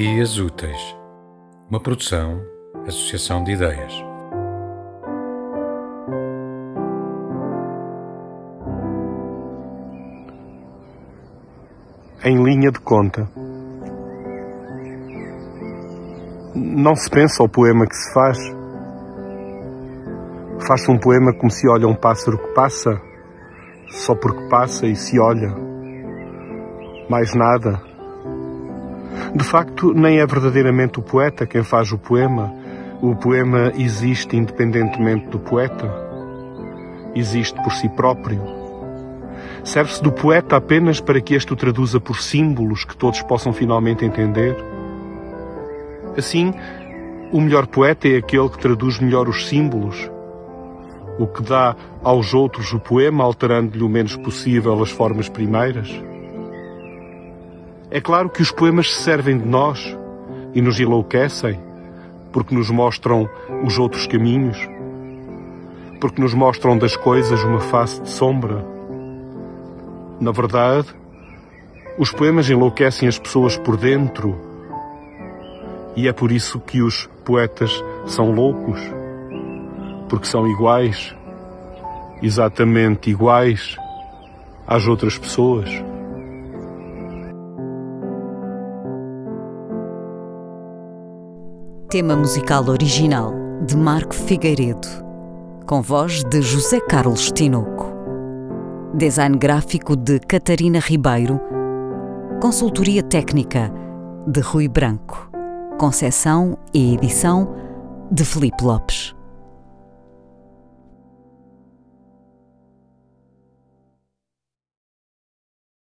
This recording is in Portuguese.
Dias Úteis, uma produção, associação de ideias. Em linha de conta. Não se pensa ao poema que se faz. Faz-se um poema como se olha um pássaro que passa, só porque passa e se olha. Mais nada. De facto, nem é verdadeiramente o poeta quem faz o poema. O poema existe independentemente do poeta. Existe por si próprio. Serve-se do poeta apenas para que este o traduza por símbolos que todos possam finalmente entender. Assim, o melhor poeta é aquele que traduz melhor os símbolos, o que dá aos outros o poema, alterando-lhe o menos possível as formas primeiras. É claro que os poemas se servem de nós e nos enlouquecem, porque nos mostram os outros caminhos, porque nos mostram das coisas uma face de sombra. Na verdade, os poemas enlouquecem as pessoas por dentro, e é por isso que os poetas são loucos, porque são iguais, exatamente iguais às outras pessoas. Tema musical original de Marco Figueiredo, com voz de José Carlos Tinoco. Design gráfico de Catarina Ribeiro. Consultoria técnica de Rui Branco. Conceção e edição de Filipe Lopes.